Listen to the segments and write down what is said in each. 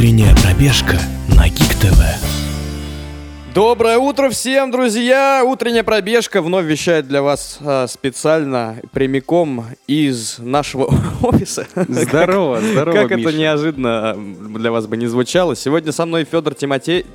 Утренняя пробежка на Geek TV. Доброе утро всем, друзья! Утренняя пробежка вновь вещает для вас специально, прямиком из нашего офиса. Здорово, Как Миша. это неожиданно для вас бы не звучало. Сегодня со мной Федор Тимофеев.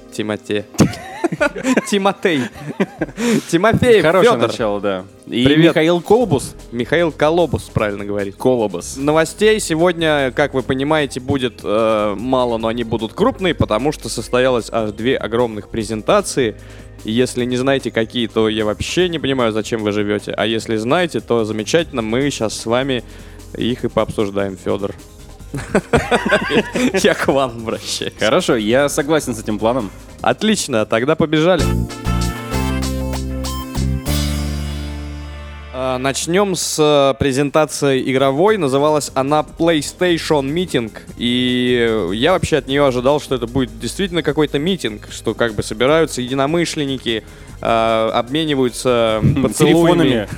Хорошее Федор. начало, да. И Привет. Михаил Колобус. Михаил Колобус, правильно говорить. Колобус. Новостей сегодня, как вы понимаете, будет мало, но они будут крупные, потому что состоялось аж 2 огромных презентации. И если не знаете какие, то я вообще не понимаю, зачем вы живете. А если знаете, то замечательно, мы сейчас с вами их и пообсуждаем, Федор. Я к вам обращаюсь. Хорошо, я согласен с этим планом. Отлично, тогда побежали. Начнем с презентации игровой. Называлась она PlayStation Meeting. И я вообще от нее ожидал, что это будет действительно какой-то митинг, что как бы собираются единомышленники, обмениваются поцелуями,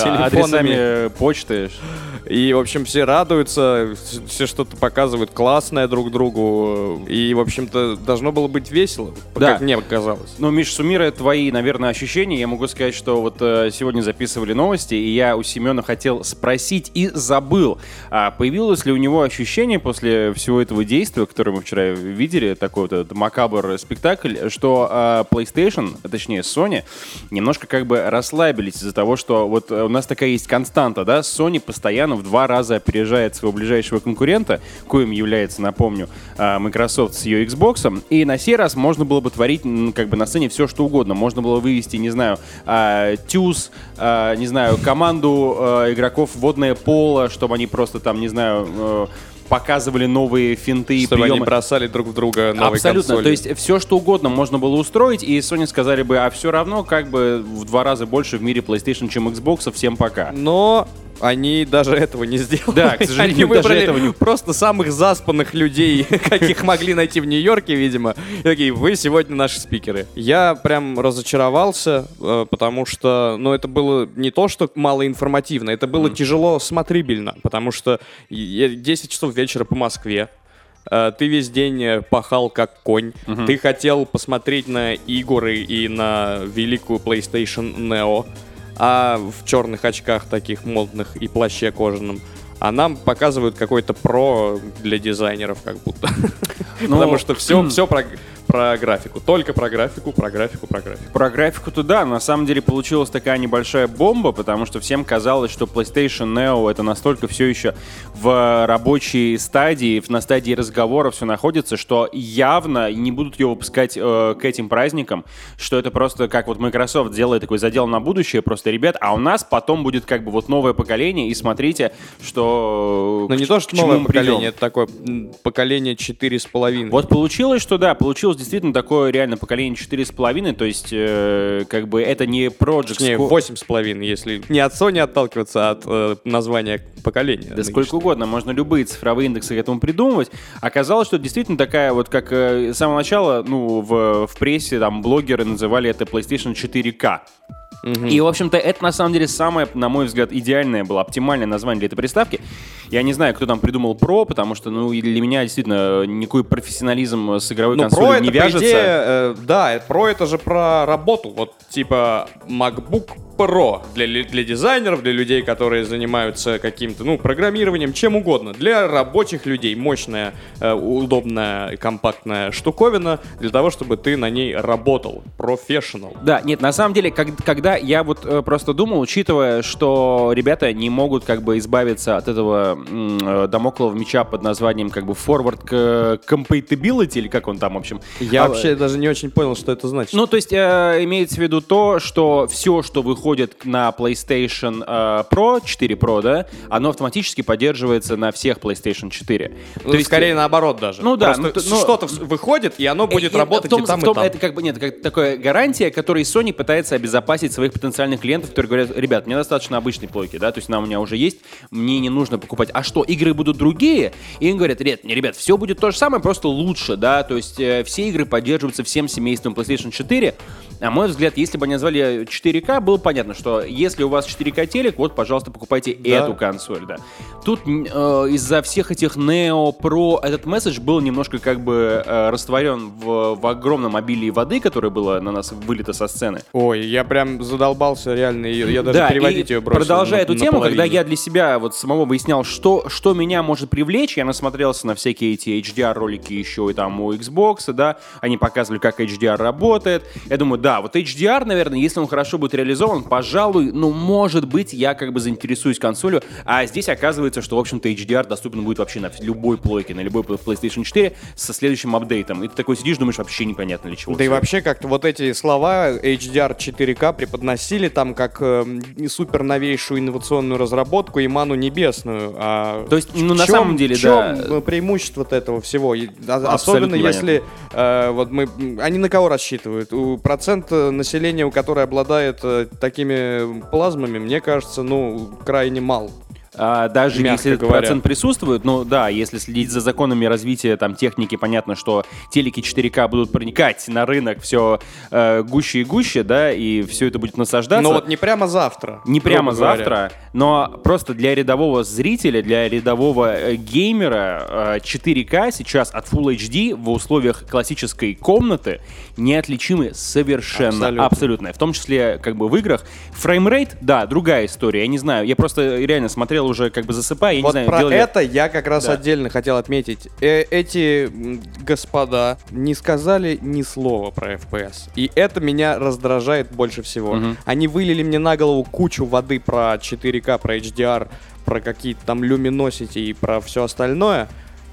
адресами почты. И, в общем, все радуются, все что-то показывают классное друг другу. И, в общем-то, должно было быть весело, Да. как мне казалось. Ну, Миш, суммируя твои, наверное, ощущения, я могу сказать, что вот сегодня записывали новости, и я у Семена хотел спросить и забыл, появилось ли у него ощущение после всего этого действия, которое мы вчера видели, такой вот этот макабр спектакль, что PlayStation, а точнее Sony, немножко как бы расслабились из-за того, что вот у нас такая есть константа, да, Sony постоянно в 2 раза опережает своего ближайшего конкурента, коим является, напомню, Microsoft с ее Xbox, и на сей раз можно было бы творить как бы на сцене все, что угодно. Можно было вывести, не знаю, тюз, не знаю, команду игроков водное поло, чтобы они просто там, не знаю, показывали новые финты и Чтобы приемы. они бросали друг в друга новые Абсолютно, консоли. то есть все, что угодно можно было устроить, и Sony сказали бы, а все равно как бы в 2 раза больше в мире PlayStation, чем Xbox, всем пока. Но они даже этого не сделали. Да, к сожалению, они выбрали даже этого не- просто самых заспанных людей, каких могли найти в Нью-Йорке, видимо. И такие, вы сегодня наши спикеры. Я прям разочаровался, потому что, ну, это было не то, что малоинформативно, это было тяжело смотрибельно, потому что 10 часов вечера по Москве. Ты весь день пахал как конь. Ты хотел посмотреть на игры и на великую PlayStation Neo, а в черных очках таких модных и плаще кожаном. А нам показывают какой-то про для дизайнеров как будто. Потому что все про графику. Только про графику. Про графику-то да, на самом деле получилась такая небольшая бомба, потому что всем казалось, что PlayStation Neo это настолько все еще в рабочей стадии, на стадии разговоров все находится, что явно не будут ее выпускать к этим праздникам, что это просто как вот Microsoft делает такой задел на будущее, просто, ребят, а у нас потом будет как бы вот новое поколение, и смотрите, что... Но не то, что новое поколение, это такое поколение 4,5. Вот получилось, что да, получилось действительно такое реально поколение 4,5, то есть как бы это не Project Точнее, Scorpio. 8,5, если не от Sony отталкиваться, а от названия поколения. Да сколько угодно, можно любые цифровые индексы к этому придумывать. Оказалось, что действительно такая вот, как с самого начала, ну, в прессе там блогеры называли это PlayStation 4K. И, в общем-то, это, на самом деле, самое, на мой взгляд, идеальное было, оптимальное название для этой приставки. Я не знаю, кто там придумал Pro, потому что, ну, для меня, действительно, никакой профессионализм с игровой консолью не вяжется. По идее, да, Pro это же про работу. Вот, типа, MacBook Pro для дизайнеров, для людей, которые занимаются каким-то, ну, программированием, чем угодно. Для рабочих людей мощная, удобная, компактная штуковина для того, чтобы ты на ней работал. Professional. Да, нет, на самом деле, когда я вот просто думал, учитывая, что ребята не могут как бы избавиться от этого дамоклового меча под названием как бы forward compatibility, или как он там, в общем. Я вообще даже не очень понял, что это значит. Ну, то есть имеется в виду то, что все, что выходит на PlayStation Pro, 4 Pro, да, оно автоматически поддерживается на всех PlayStation 4. Ну, то есть, скорее наоборот даже. Ну да. Просто что-то выходит, и оно будет работать и там, и там. Это как бы, нет, как такая гарантия, которой Sony пытается обезопасить своих потенциальных клиентов, которые говорят, ребят, мне достаточно обычной плойки, да, то есть она у меня уже есть, мне не нужно покупать. А что, игры будут другие? И им говорят, ребят, все будет то же самое, просто лучше, да, то есть все игры поддерживаются всем семейством PlayStation 4. На мой взгляд, если бы они назвали 4К, было понятно, понятно, что если у вас 4К телек, вот, пожалуйста, покупайте эту консоль, да. Тут из-за всех этих Neo, Pro, этот месседж был немножко как бы растворен в огромном обилии воды, которое было на нас вылито со сцены. Ой, я прям задолбался реально, я даже переводить ее бросил. Продолжая эту тему, когда я для себя вот самого выяснял, что меня может привлечь, я насмотрелся на всякие эти HDR-ролики еще и там у Xbox, да, они показывали, как HDR работает. Я думаю, да, вот HDR, наверное, если он хорошо будет реализован, пожалуй, ну, может быть, я как бы заинтересуюсь консолью, а здесь оказывается, что, в общем-то, HDR доступен будет вообще на любой плойке, на любой PlayStation 4 со следующим апдейтом. И ты такой сидишь, думаешь, вообще непонятно для чего. Да и вообще как-то вот эти слова HDR 4K преподносили там как супер новейшую инновационную разработку и ману небесную. То есть, ну, на самом деле, да. В чем преимущество вот этого всего? Особенно если вот они на кого рассчитывают? Процент населения, у которого обладает такими плазмами, мне кажется, ну, крайне мал. Даже если этот процент присутствует, ну да, если следить за законами развития там техники, понятно, что телеки 4К будут проникать на рынок все гуще и гуще, да, и все это будет насаждаться. Но вот не прямо завтра. Не прямо завтра, но просто для рядового зрителя, для рядового геймера 4К сейчас от Full HD в условиях классической комнаты неотличимы совершенно, абсолютно. В том числе как бы в играх. Фреймрейт, да, другая история, я не знаю, я просто реально смотрел уже как бы засыпая, я вот не знаю, про делали... это я как раз отдельно хотел отметить. Эти господа не сказали ни слова про FPS. И это меня раздражает больше всего. Они вылили мне на голову кучу воды про 4К, про HDR, про какие-то там люминосити и про все остальное.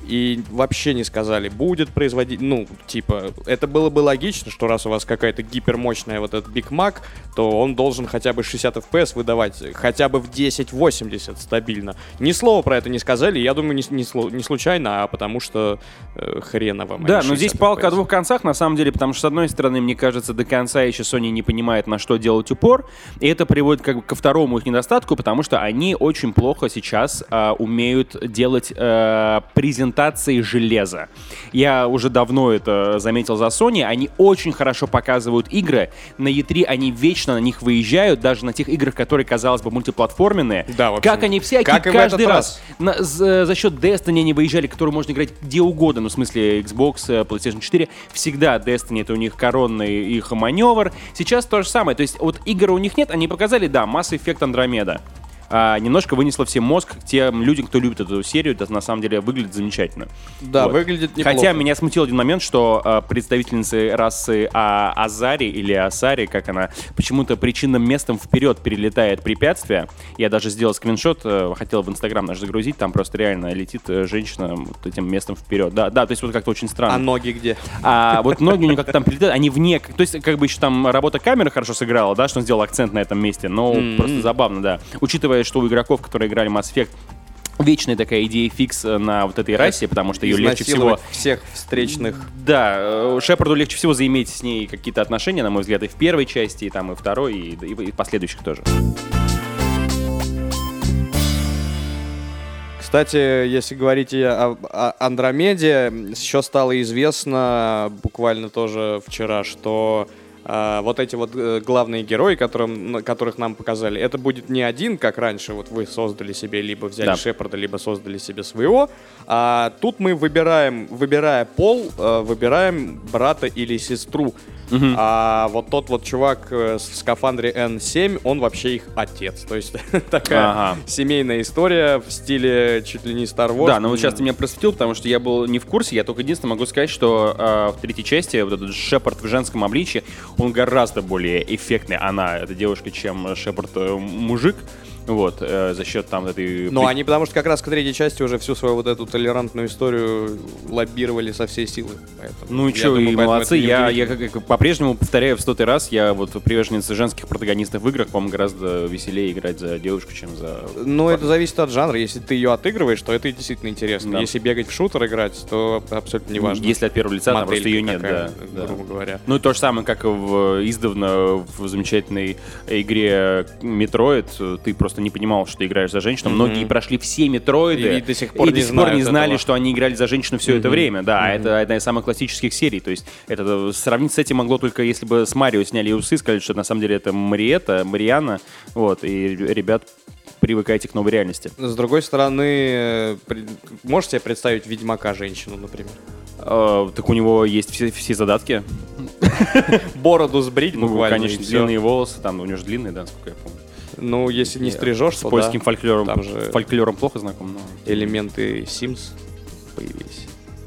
И вообще не сказали, будет производить, ну, типа, это было бы логично, что раз у вас какая-то гипермощная вот этот Big Mac, то он должен хотя бы 60 FPS выдавать, хотя бы в 1080 стабильно. Ни слова про это не сказали, я думаю, не случайно, а потому что хрена вам. Да, но здесь палка о двух концах, на самом деле, потому что, с одной стороны, мне кажется, до конца еще Sony не понимает, на что делать упор, и это приводит как бы ко второму их недостатку, потому что они очень плохо сейчас умеют делать презентации железа. Я уже давно это заметил за Sony. Они очень хорошо показывают игры. На E3 они вечно на них выезжают, даже на тех играх, которые, казалось бы, мультиплатформенные. Да, в общем, как они всякие каждый раз. За счет Destiny они выезжали, который можно играть где угодно, ну, в смысле Xbox, PlayStation 4. Всегда Destiny — это у них коронный их маневр. Сейчас то же самое. То есть вот игр у них нет, они показали, да, Mass Effect Andromeda. Немножко вынесло всем мозг тем людям, кто любит эту серию. Это на самом деле выглядит замечательно. Да, вот. Выглядит неплохо. Хотя меня смутил один момент, что представительницы расы Азари или Асари, как она, почему-то причинным местом вперед перелетает препятствие. Я даже сделал скриншот, хотел в Инстаграм наш загрузить, там просто реально летит женщина вот этим местом вперед. Да, то есть вот как-то очень странно. А ноги где? Вот ноги у нее как-то там прилетают, они вне, то есть как бы еще там работа камеры хорошо сыграла, да, что он сделал акцент на этом месте, но просто забавно, да. Учитывая, что у игроков, которые играли Mass Effect, вечная такая идея фикс на вот этой расе, потому что ее легче всего... всех встречных. Да, Шепарду легче всего заиметь с ней какие-то отношения, на мой взгляд, и в первой части, и там, и второй, и последующих тоже. Кстати, если говорить о Андромеде, еще стало известно буквально тоже вчера, что вот эти вот главные герои, которых нам показали, это будет не один, как раньше, вот вы создали себе, либо взяли Шепарда, либо создали себе своего, а тут мы выбирая пол, выбираем брата или сестру. А вот тот вот чувак в скафандре N7, он вообще их отец. То есть такая семейная история в стиле чуть ли не Star Wars. Да, но вот сейчас ты меня просветил, потому что я был не в курсе. Я только единственное могу сказать, что в третьей части вот этот Шепард в женском обличье, он гораздо более эффектный, эта девушка, чем Шепард мужик. Вот, за счет там этой... Ну, они потому что как раз к третьей части уже всю свою вот эту толерантную историю лоббировали со всей силы. Поэтому, ну и что, и молодцы. Я по-прежнему повторяю в 100-й раз, я вот приверженец женских протагонистов в играх, по-моему, гораздо веселее играть за девушку, чем за... Ну, это зависит от жанра. Если ты ее отыгрываешь, то это действительно интересно. Да. Если бегать в шутер играть, то абсолютно не важно. Если от первого лица, там просто ее нет, грубо говоря. Ну, и то же самое, как издавна в замечательной игре Metroid, ты просто просто не понимал, что ты играешь за женщину. Многие прошли все метроиды И до сих пор не не знали, этого. что они играли за женщину все это время. Да, это одна из самых классических серий. То есть это сравнить с этим могло только если бы с Марио сняли усы, сказали, что на самом деле это Марианна. Вот, и ребят, привыкайте к новой реальности. С другой стороны, можешь себе представить Ведьмака женщину, например? Так у него есть все задатки. Бороду сбрить Ну, буквально. конечно, и всё. длинные волосы, там у него же длинные, да, насколько я помню. Ну, если не стрижешь, С то польским да. фольклором, Там же фольклором плохо знаком, но... элементы Sims появились.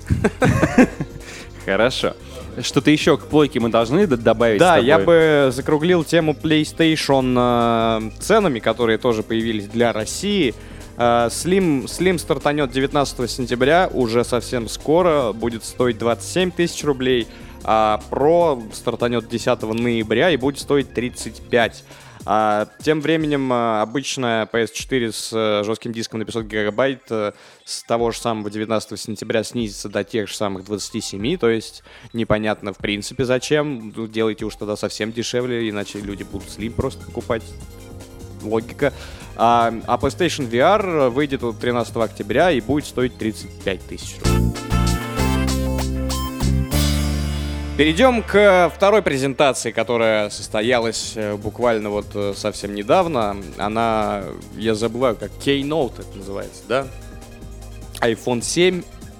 Хорошо. Что-то еще к плойке мы должны добавить? Да, с тобой? я бы закруглил тему PlayStation ценами, которые тоже появились для России. Slim стартанет 19 сентября, уже совсем скоро, будет стоить 27 тысяч рублей, а Pro стартанет 10 ноября и будет стоить 35. Тем временем обычная PS4 с жестким диском на 500 гигабайт с того же самого 19 сентября снизится до тех же самых 27, то есть непонятно в принципе зачем. Делайте уж тогда совсем дешевле, иначе люди будут Slim просто покупать. Логика. А PlayStation VR выйдет 13 октября и будет стоить 35 тысяч рублей. Перейдем к второй презентации, которая состоялась буквально вот совсем недавно. Она, я забываю, как Keynote это называется, да? iPhone 7.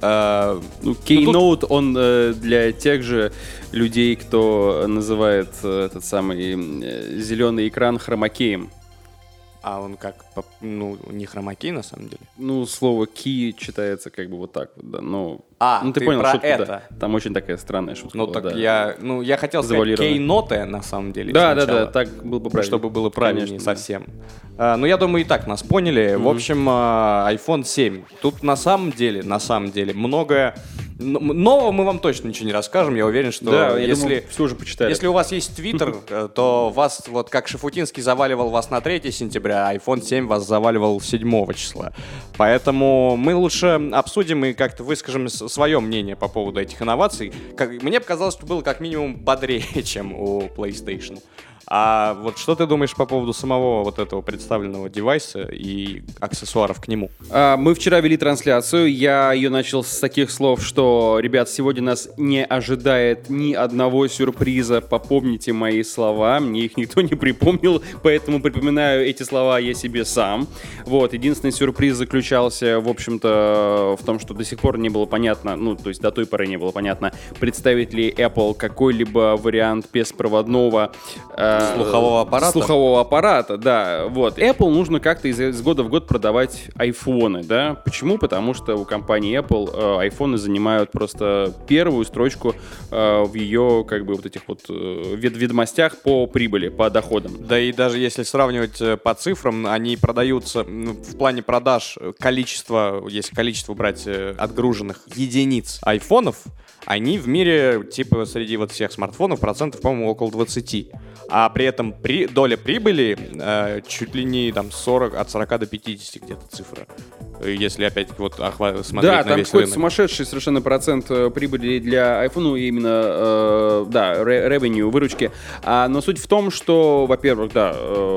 Keynote, он для тех же людей, кто называет этот самый зеленый экран хромакеем. А он как, ну, не хромакей на самом деле? Ну, слово key читается как бы вот так вот, да, ну... Ну ты понял про шутку, это. да. Там очень такая странная шутка Ну, была, так да. я хотел сказать Keynote на самом деле. Да, сначала. так было бы правильно. Чтобы было правильнее Конечно, совсем. Ну, я думаю, и так нас поняли. В общем, iPhone 7. Тут на самом деле, многое... Нового мы вам точно ничего не расскажем. Я уверен, что Да, я если... думаю, все уже почитали. Если у вас есть Twitter, то вас, вот как Шафутинский заваливал вас на 3 сентября, iPhone 7 вас заваливал 7 числа. Поэтому мы лучше обсудим и как-то выскажем свое мнение по поводу этих инноваций. Мне показалось, что было как минимум бодрее, чем у PlayStation. А вот что ты думаешь по поводу самого вот этого представленного девайса и аксессуаров к нему? Мы вчера вели трансляцию, я ее начал с таких слов, что, ребят, сегодня нас не ожидает ни одного сюрприза, попомните мои слова, мне их никто не припомнил, поэтому припоминаю эти слова я себе сам. Вот, единственный сюрприз заключался, в общем-то, в том, что до сих пор не было понятно, ну, то есть до той поры не было понятно, представит ли Apple какой-либо вариант беспроводного слухового аппарата, да. Вот. Apple нужно как-то из года в год продавать айфоны, да. Почему? Потому что у компании Apple айфоны занимают просто первую строчку в ее, как бы, вот этих вот ведомостях по прибыли, по доходам. Да и даже если сравнивать по цифрам, они продаются в плане продаж количества, если количество брать отгруженных единиц айфонов, они в мире, типа, среди вот всех смартфонов процентов, по-моему, около 20. А при этом доля прибыли чуть ли не там 40, от 40 до 50 где-то цифра. Если опять-таки вот смотреть да, на весь рынок. Да, там какой-то сумасшедший совершенно процент прибыли для iPhone, ну, именно, revenue, выручки. Но суть в том, что, во-первых, да,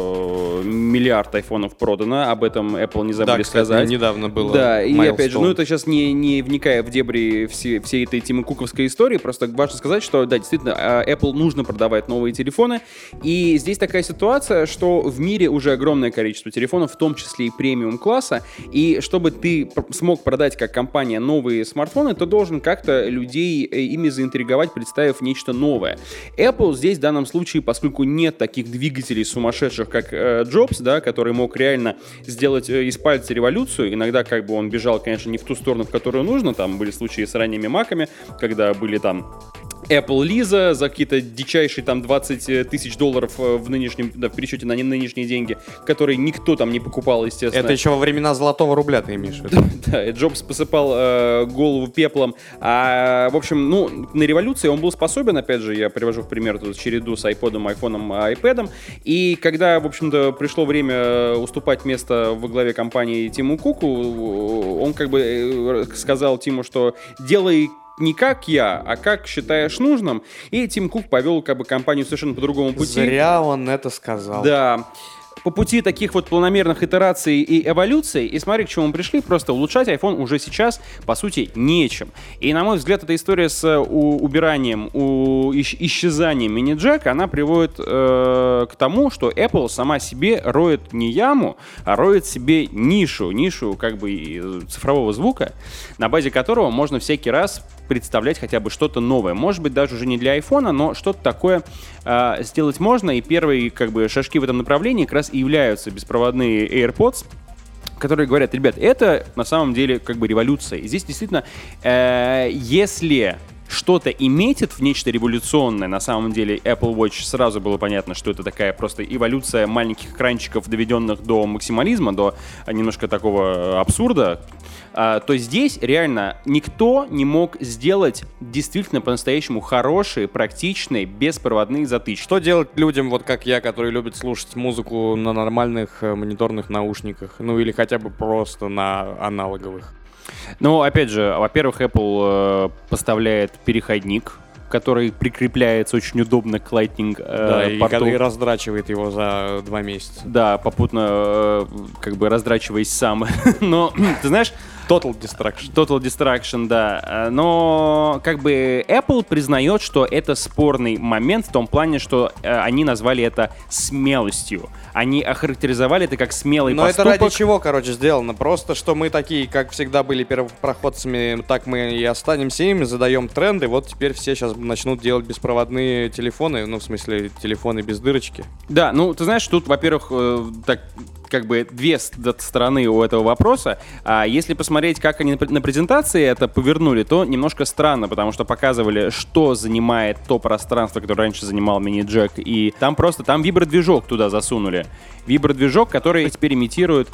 миллиард айфонов продано, об этом Apple не забыли сказать. Да, недавно было. Да, и milestone. опять же, ну это сейчас не вникая в дебри всей этой Тима Куковской истории, просто важно сказать, что, да, действительно, Apple нужно продавать новые телефоны, и здесь такая ситуация, что в мире уже огромное количество телефонов, в том числе и премиум-класса, и чтобы ты смог продать как компания новые смартфоны, то должен как-то людей ими заинтриговать, представив нечто новое. Apple здесь в данном случае, поскольку нет таких двигателей сумасшедших, как Джобс, да, который мог реально сделать из пальца революцию, иногда как бы он бежал, конечно, не в ту сторону, в которую нужно, там были случаи с ранними маками, когда были там Apple Lisa за какие-то дичайшие там 20 тысяч долларов в нынешнем, да, в пересчете на нынешние деньги, которые никто там не покупал, естественно. Это еще во времена золотого рубля ты имеешь в виду? Да, и Джобс посыпал голову пеплом. В общем, ну, на революции он был способен, опять же, я привожу в пример тут череду с айподом, айфоном, айпэдом. И когда, в общем-то, пришло время уступать место во главе компании Тиму Куку, он как бы сказал Тиму, что делай не как я, а как считаешь нужным. И Тим Кук повел как бы компанию совершенно по другому пути. Зря он это сказал. Да. по пути таких вот планомерных итераций и эволюций, и смотри, к чему мы пришли, просто улучшать iPhone уже сейчас, по сути, нечем. И, на мой взгляд, эта история с убиранием, исчезанием мини-джека, она приводит к тому, что Apple сама себе роет не яму, а роет себе нишу как бы цифрового звука, на базе которого можно всякий раз представлять хотя бы что-то новое. Может быть, даже уже не для iPhone, но что-то такое сделать можно, и первые как бы шажки в этом направлении как раз и являются беспроводные AirPods, которые говорят: ребят, это на самом деле как бы революция. И здесь действительно, если что-то и метит в нечто революционное, на самом деле Apple Watch сразу было понятно, что это такая просто эволюция маленьких экранчиков, доведенных до максимализма, до немножко такого абсурда, то здесь реально никто не мог сделать действительно по-настоящему хорошие, практичные, беспроводные затычки. Что делать людям, вот как я, которые любят слушать музыку на нормальных мониторных наушниках, ну или хотя бы просто на аналоговых? Ну, опять же, во-первых, Apple поставляет переходник, который прикрепляется очень удобно к Lightning порту. И раздрачивает его за 2 месяца. Да, попутно как бы раздрачиваясь сам. Но, ты знаешь... Total Distraction. Total Distraction, да. Но как бы Apple признает, что это спорный момент в том плане, что они назвали это смелостью. Они охарактеризовали это как смелый поступок. Но это ради чего, короче, сделано? Просто, что мы такие, как всегда, были первопроходцами, так мы и останемся ими, задаем тренды. Вот теперь все сейчас начнут делать беспроводные телефоны, ну, в смысле, телефоны без дырочки. Да, ну, ты знаешь, тут, во-первых, так... как бы две стороны у этого вопроса. А если посмотреть, как они на презентации это повернули, то немножко странно, потому что показывали, что занимает то пространство, которое раньше занимал мини-джек, и там вибродвижок туда засунули. Вибродвижок, который теперь имитирует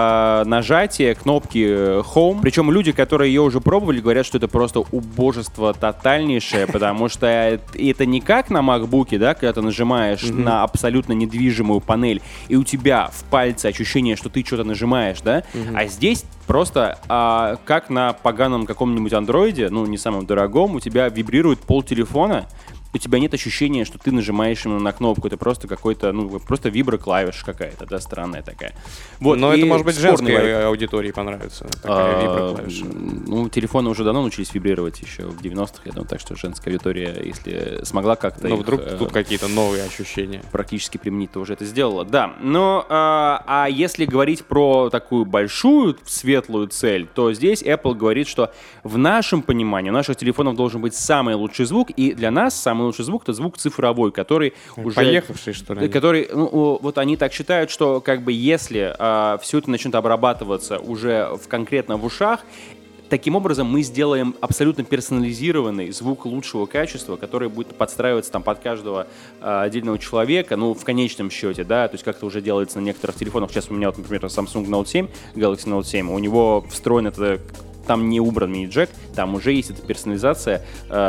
нажатие кнопки Home. Причем люди, которые ее уже пробовали, говорят, что это просто убожество тотальнейшее, потому что это не как на MacBook'е, да, когда ты нажимаешь на абсолютно недвижимую панель, и у тебя в пальце ощущение, что ты что-то нажимаешь, да, а здесь просто как на поганом каком-нибудь андроиде, ну, не самом дорогом, у тебя вибрирует пол телефона, у тебя нет ощущения, что ты нажимаешь именно на кнопку. Это просто какой-то, ну, просто виброклавиш какая-то, да, странная такая. Вот. Но это, может быть, женской аудитории понравится, такая виброклавиша. Ну, телефоны уже давно научились вибрировать, еще в 90-х, я думаю, так что женская аудитория, если смогла как-то но вдруг тут какие-то новые ощущения. Практически применить, то уже это сделала, да. Но, а если говорить про такую большую, светлую цель, то здесь Apple говорит, что в нашем понимании у наших телефонов должен быть самый лучший звук, и для нас самый лучший звук — это звук цифровой, который уже... Поехавший, что ли? Который, ну, вот они так считают, что как бы если все это начнет обрабатываться уже конкретно в ушах, таким образом мы сделаем абсолютно персонализированный звук лучшего качества, который будет подстраиваться там под каждого отдельного человека, ну, в конечном счете, да, то есть как это уже делается на некоторых телефонах. Сейчас у меня, вот, например, Samsung Note 7, Galaxy Note 7, у него встроен это... Там не убран мини-джек, там уже есть эта персонализация,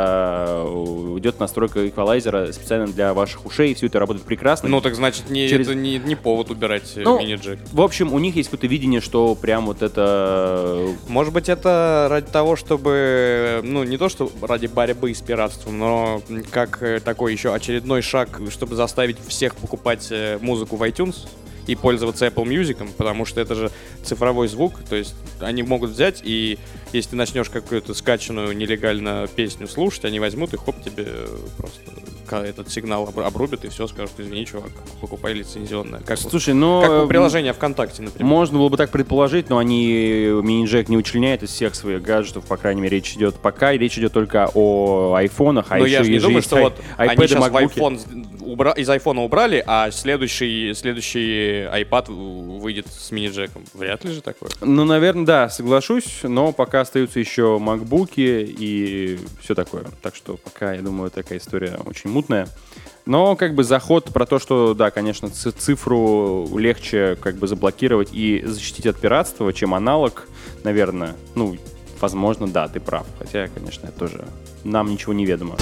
идет настройка эквалайзера специально для ваших ушей, и все это работает прекрасно. Ну, так значит, это не повод убирать мини-джек. В общем, у них есть какое-то видение, что прям вот это... Может быть, это ради того, чтобы, ну, не то, что ради борьбы с пиратством, но как такой еще очередной шаг, чтобы заставить всех покупать музыку в iTunes и пользоваться Apple Music, потому что это же цифровой звук, то есть они могут взять, и если ты начнешь какую-то скачанную нелегально песню слушать, они возьмут и хоп, тебе просто этот сигнал обрубят, и все, скажут: извини, чувак, покупай лицензионное. Слушай, но... Как приложение ВКонтакте, например. Можно было бы так предположить, но они мини-джек не вычленяют из всех своих гаджетов, по крайней мере, речь идет только о айфонах, а но еще я же не думаю, что вот они сейчас в iPhone из айфона убрали, а следующий iPad выйдет с мини-джеком. Вряд ли же такое. Ну, наверное, да, соглашусь, но пока остаются еще MacBook'и и все такое. Так что пока, я думаю, такая история очень мутная. Но как бы заход про то, что, да, конечно, цифру легче как бы заблокировать и защитить от пиратства, чем аналог, наверное, ну, возможно, да, ты прав. Хотя, конечно, это тоже нам ничего не ведомо.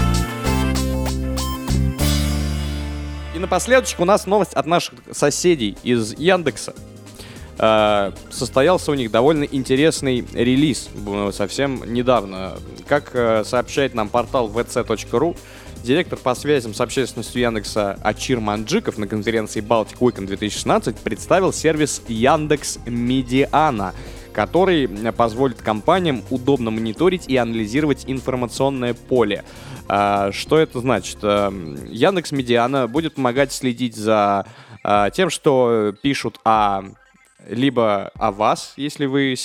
И напоследочек у нас новость от наших соседей из Яндекса. Состоялся у них довольно интересный релиз совсем недавно. Как сообщает нам портал vc.ru, директор по связям с общественностью Яндекса Ачир Манджиков на конференции Baltic Weekend 2016 представил сервис Яндекс Медиана, который позволит компаниям удобно мониторить и анализировать информационное поле. Что это значит? Яндекс Медиана будет помогать следить за тем, что пишут либо о вас, если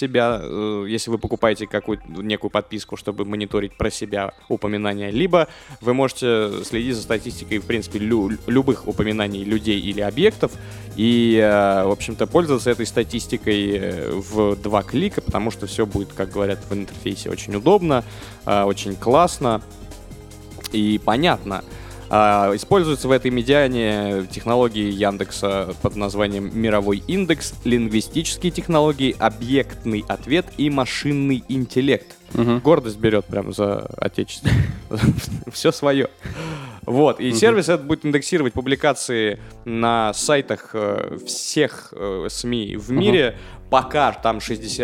вы покупаете какую-то некую подписку, чтобы мониторить про себя упоминания, либо вы можете следить за статистикой, в принципе, любых упоминаний людей или объектов и, в общем-то, пользоваться этой статистикой в 2 клика, потому что все будет, как говорят в интерфейсе, очень удобно, очень классно и понятно. Используются в этой медиане технологии Яндекса под названием «Мировой индекс», лингвистические технологии, объектный ответ и машинный интеллект. Гордость берет прям за отечество. Все свое. Вот. И сервис этот будет индексировать публикации на сайтах всех СМИ в мире. Пока там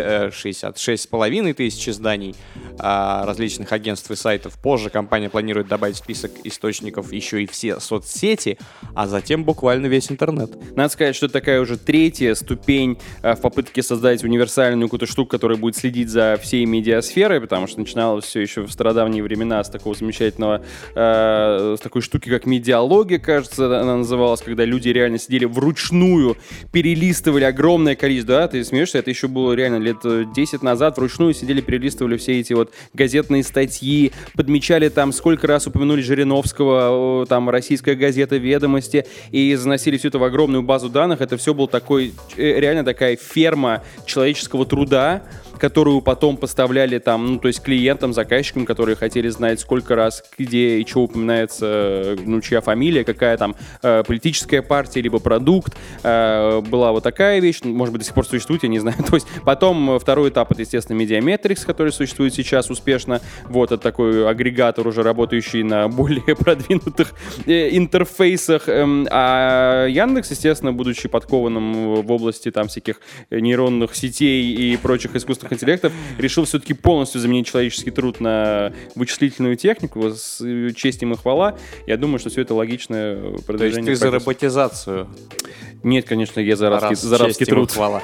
66,5 тысяч изданий различных агентств и сайтов. Позже компания планирует добавить в список источников еще и все соцсети, а затем буквально весь интернет. Надо сказать, что это такая уже 3-я ступень в попытке создать универсальную какую-то штуку, которая будет следить за всей медиасферой, потому что начиналось все еще в стародавние времена с такого замечательного, с такой штуки, как медиалогия, кажется, она называлась, когда люди реально сидели вручную, перелистывали огромное количество, да, ты смеешься, это еще было реально лет 10 назад, вручную сидели, перелистывали все эти вот газетные статьи, подмечали там, сколько раз упомянули Жириновского, там, российская газета «Ведомости», и заносили все это в огромную базу данных. Это все был такой, реально такая ферма человеческого труда, которую потом поставляли там, то есть клиентам, заказчикам, которые хотели знать, сколько раз, где и что упоминается, чья фамилия, какая там политическая партия, либо продукт. Была вот такая вещь, может быть, до сих пор существует, я не знаю. То есть потом второй этап — это, естественно, Медиаметрикс, который существует сейчас успешно. Вот, это такой агрегатор, уже работающий на более продвинутых интерфейсах. А Яндекс, естественно, будучи подкованным в области там всяких нейронных сетей и прочих искусственных интеллектов, решил все-таки полностью заменить человеческий труд на вычислительную технику. Честь им и хвала. Я думаю, что все это логичное продвижение. То есть ты за роботизацию? Нет, конечно, я за рабский труд. Хвала.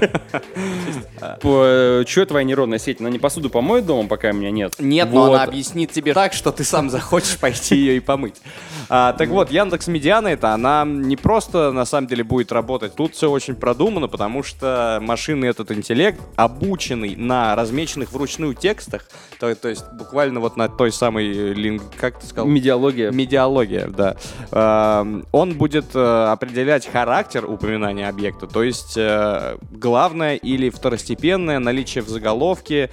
Чё твоя нейронная сеть? Она не посуду помоет дома, пока у меня нет? Нет, но она объяснит тебе так, что ты сам захочешь пойти ее и помыть. Так вот, Яндекс Медиана она не просто на самом деле будет работать. Тут все очень продумано, потому что машинный этот интеллект, обученный на размеченных вручную текстах, то есть буквально вот на той самой, как ты сказал? Медиалогия, да. Он будет определять характер упоминания объекта, то есть главное или второстепенное наличие в заголовке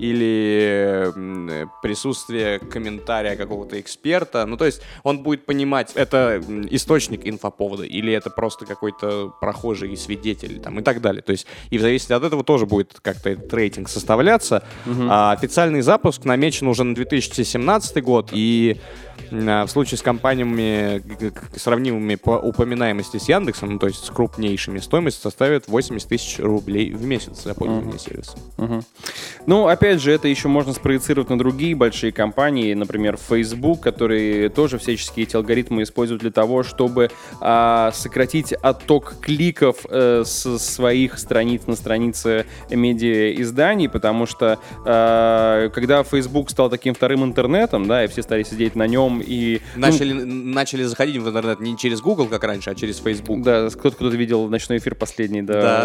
или присутствие комментария какого-то эксперта. То есть он будет понимать, это источник инфоповода или это просто какой-то прохожий свидетель там, и так далее. То есть и в зависимости от этого тоже будет как-то этот рейтинг составляться. Официальный запуск намечен уже на 2017 год, и в случае с компаниями, сравнимыми по упоминаемости с Яндексом, то есть с крупнейшими, стоимость составит 80 тысяч рублей в месяц за пользование сервисом. Опять же, это еще можно спроецировать на другие большие компании, например, Facebook, которые тоже всячески эти алгоритмы используют для того, чтобы сократить отток кликов с своих страниц на страницы медиаизданий, потому что когда Facebook стал таким вторым интернетом, да, и все стали сидеть на нем, и начали заходить в интернет не через Google, как раньше, а через Facebook. Да, кто-то видел ночной эфир последний,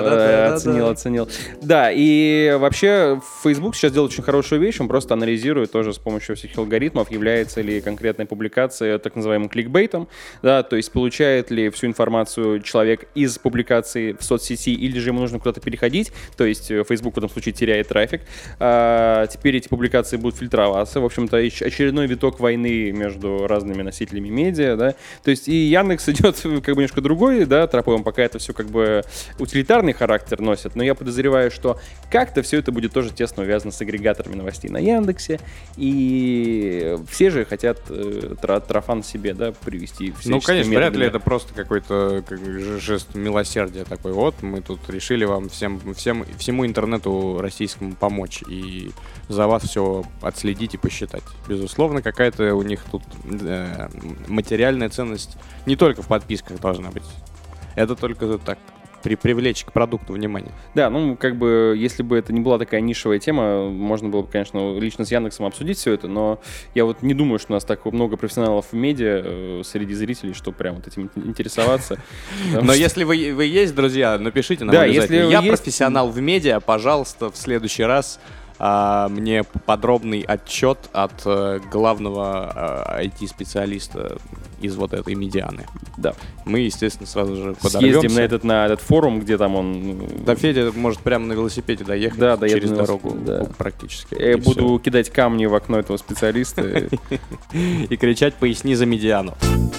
оценил. Да, и вообще Facebook сейчас делает очень хорошую вещь, он просто анализирует тоже с помощью всех алгоритмов, является ли конкретная публикация так называемым кликбейтом, да, то есть получает ли всю информацию человек из публикации в соцсети, или же ему нужно куда-то переходить, то есть Facebook в этом случае теряет трафик. Теперь эти публикации будут фильтроваться, в общем-то, очередной виток войны между разными носителями медиа, да, то есть и Яндекс идет как бы немножко другой, да, тропой, пока это все как бы утилитарный характер носит, но я подозреваю, что как-то все это будет тоже тесно увязано с агрегаторами новостей на Яндексе, и все же хотят трафан себе себе, да, привести всяческими Ну, конечно, вряд ли методами. это просто какой-то жест милосердия такой. Вот, мы тут решили вам всему интернету российскому помочь и за вас все отследить и посчитать. Безусловно, какая-то у них тут материальная ценность не только в подписках должна быть. Это только так, привлечь к продукту внимание. Да, ну, как бы, если бы это не была такая нишевая тема, можно было бы, конечно, лично с Яндексом обсудить все это, но я вот не думаю, что у нас так много профессионалов в медиа среди зрителей, что прям вот этим интересоваться. Но если вы есть, друзья, напишите нам Да, обязательно. если Я есть- профессионал в медиа, пожалуйста, в следующий раз мне подробный отчет от главного IT-специалиста из вот этой медианы. Да. Мы, естественно, сразу же подорвемся. Съездим на этот форум, где там он... Да, Федя может прямо на велосипеде доехать Да, доеду через на дорогу велосипеде, да. практически. Я И буду кидать камни в окно этого специалиста. всё. И кричать «Поясни за медиану».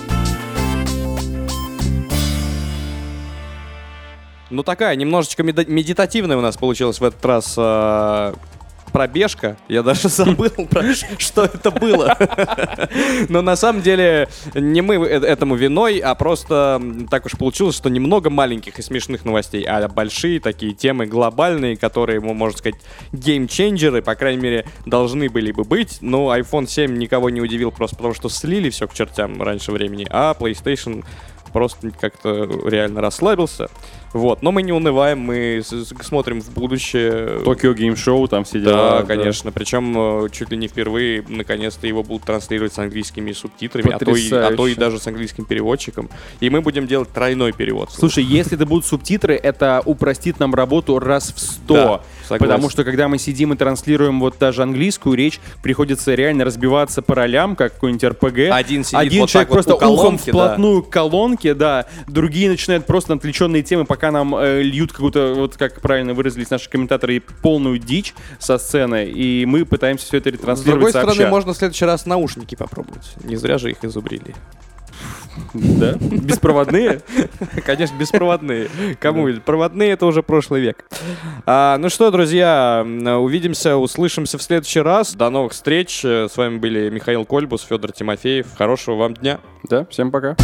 Ну, такая немножечко медитативная у нас получилась в этот раз пробежка. Я даже забыл, что это было. Но на самом деле не мы этому виной, а просто так уж получилось, что немного маленьких и смешных новостей, а большие такие темы глобальные, которые, можно сказать, геймченджеры, по крайней мере, должны были бы быть. Но iPhone 7 никого не удивил просто потому, что слили все к чертям раньше времени, а PlayStation просто как-то реально расслабился. Вот, но мы не унываем, мы смотрим в будущее. Tokyo Game Show, там все дела. Да, конечно. Причем чуть ли не впервые, наконец-то, его будут транслировать с английскими субтитрами, а то и Потрясающе. даже с английским переводчиком. И мы будем делать тройной перевод. Слушай, если это будут субтитры, это упростит нам работу раз в 100. Да, согласен. Потому что, когда мы сидим и транслируем вот даже английскую речь, приходится реально разбиваться по ролям, как какой-нибудь RPG. Один сидит вот человек так вот просто у колонки, ухом вплотную к колонке, да. Другие начинают просто на отвлеченные темы, пока нам льют какую-то, вот как правильно выразились наши комментаторы, полную дичь со сцены, и мы пытаемся все это С ретранслировать другой стороны, сообща. можно в следующий раз наушники попробовать. Не зря же их изобрели. Да? Беспроводные? Конечно, беспроводные. Кому? Проводные — это уже прошлый век. Ну что, друзья, увидимся, услышимся в следующий раз. До новых встреч. С вами были Михаил Кольбус, Федор Тимофеев. Хорошего вам дня. Да, всем пока.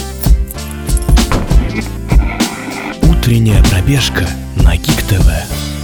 Утренняя пробежка на Гик ТВ.